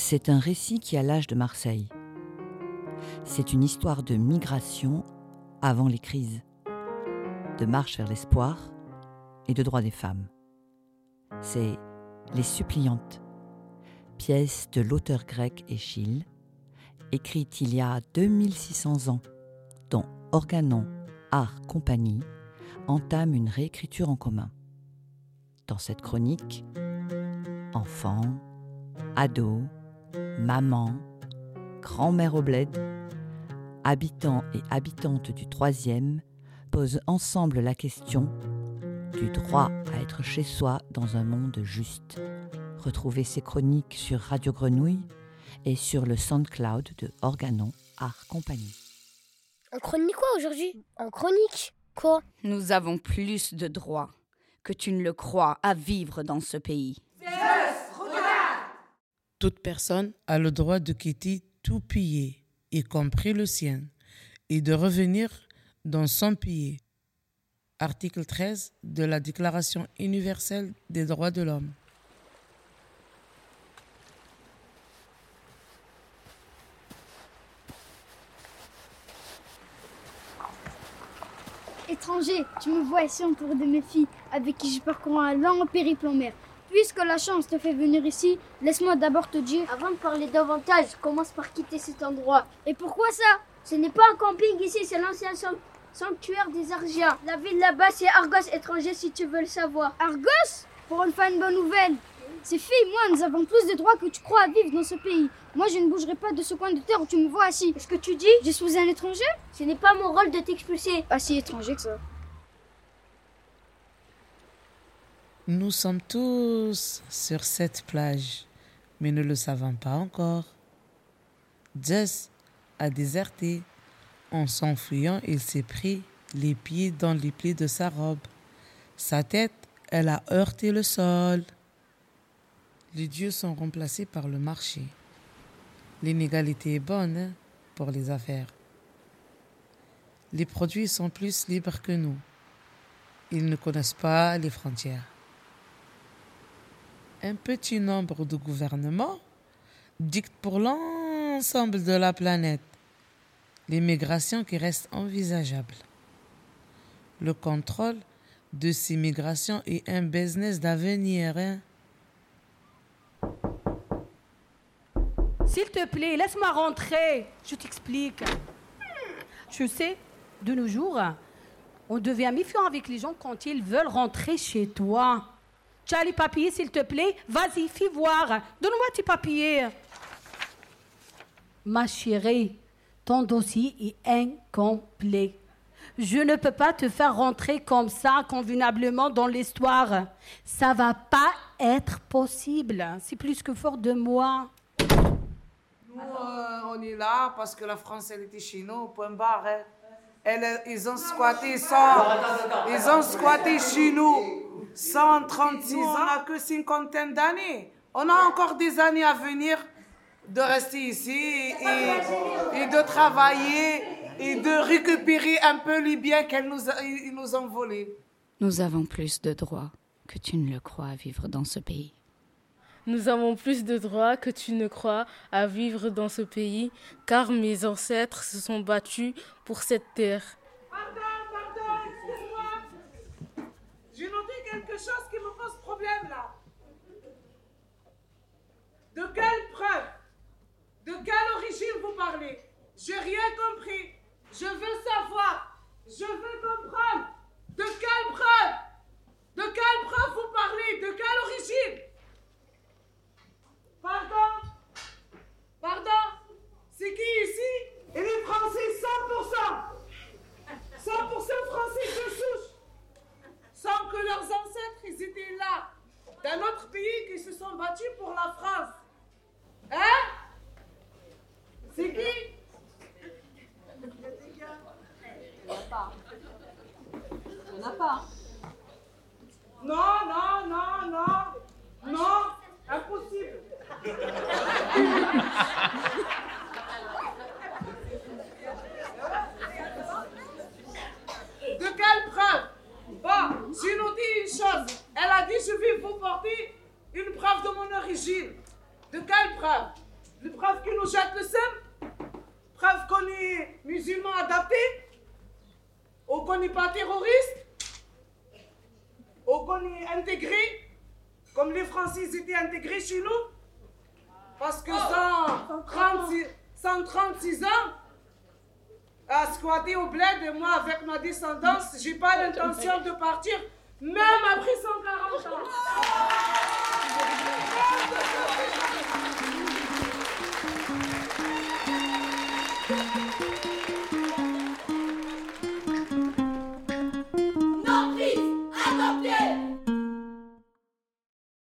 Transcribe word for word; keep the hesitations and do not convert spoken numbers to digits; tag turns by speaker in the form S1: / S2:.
S1: C'est un récit qui a l'âge de Marseille. C'est une histoire de migration avant les crises, de marche vers l'espoir et de droits des femmes. C'est Les Suppliantes, pièce de l'auteur grec Échille, écrite il y a deux mille six cents ans, dont Organon Art Compagnie entame une réécriture en commun. Dans cette chronique, enfants, ados, mamans, grand-mère au bled, habitants et habitantes du troisième posent ensemble la question du droit à être chez soi dans un monde juste. Retrouvez ces chroniques sur Radio Grenouille et sur le SoundCloud de Organon Art Compagnie.
S2: En chronique quoi aujourd'hui ? En chronique quoi ?
S3: Nous avons plus de droits que tu ne le crois à vivre dans ce pays.
S4: Zeus, regarde !
S5: Toute personne a le droit de quitter tout pays, y compris le sien, et de revenir dans son pays. Article treize de la Déclaration universelle des droits de l'homme.
S6: Étranger, tu me vois ici entouré de mes filles, avec qui je parcours un long périple en mer. Puisque la chance te fait venir ici, laisse-moi d'abord te dire,
S2: Avant de parler davantage, commence par quitter cet endroit.
S6: et pourquoi ça ?
S2: Ce n'est pas un camping ici, c'est l'ancien san- sanctuaire des Argiens. La ville là-bas, c'est Argos étranger si tu veux le savoir.
S6: Argos ? Pour une fois une bonne nouvelle. Ces filles, moi, nous avons plus de droits que tu crois à vivre dans ce pays. Moi, je ne bougerai pas de ce coin de terre où tu me vois assis.
S2: Est-ce que tu dis ?
S6: Je suis un étranger ?
S2: Ce n'est pas mon rôle de t'expulser.
S6: Pas si étranger que ça.
S5: Nous sommes tous sur cette plage, mais ne le savons pas encore. Zeus a déserté. En s'enfuyant, il s'est pris les pieds dans les plis de sa robe. Sa tête, elle a heurté le sol. Les dieux sont remplacés par le marché. L'inégalité est bonne hein, pour les affaires. Les produits sont plus libres que nous. Ils ne connaissent pas les frontières. Un petit nombre de gouvernements dictent pour l'ensemble de la planète les migrations qui restent envisageables. Le contrôle de ces migrations est un business d'avenir. Hein?
S7: S'il te plaît, laisse-moi rentrer. Je t'explique. Tu sais, de nos jours, on devient méfiant avec les gens quand ils veulent rentrer chez toi. Tu as les papiers, s'il te plaît? Vas-y, fais voir. Donne-moi tes papiers. Ma chérie, ton dossier est incomplet. Je ne peux pas te faire rentrer comme ça, convenablement, dans l'histoire. Ça va pas être possible. C'est plus que fort de moi.
S8: Nous, euh, on est là parce que la France, elle était chez nous, point barre. Hein. Elle, ils ont squatté sans, ils ont squatté chez nous cent trente-six ans. On n'a que cinquantaine d'années. On a encore des années à venir de rester ici et, et de travailler et de récupérer un peu les biens qu'elles nous, a, ils nous ont volés.
S3: Nous avons plus de droits que tu ne le crois à vivre dans ce pays.
S9: Nous avons plus de droits que tu ne crois à vivre dans ce pays, car mes ancêtres se sont battus pour cette terre.
S8: Pardon, pardon, excuse-moi. J'ai noté quelque chose qui me pose problème là. De quelle preuve? De quelle origine vous parlez? J'ai rien compris. Je veux savoir. Je veux comprendre. De quelle preuve? De quelle preuve vous parlez? De quelle origine? Pardon? Pardon? C'est qui ici? Et les Français cent pour cent. cent pour cent Français de souche. Sans que leurs ancêtres, ils étaient là. Dans notre pays, qui se sont battus pour la France. Hein? C'est qui? Il n'y en a pas. Il n'y en a pas. Non, non, non, non. Non, impossible. De quelle preuve? Bon, j'ai noté une chose. Elle a dit, je vais vous porter une preuve de mon origine. De quelle preuve? qu'on est musulman adapté, ou qu'on n'est pas terroriste, ou qu'on est intégré, comme les Français étaient intégrés chez nous. Parce que cent trente-six, cent trente-six ans à squatter au bled, et moi avec ma descendance, j'ai pas l'intention de partir, même après cent quarante ans.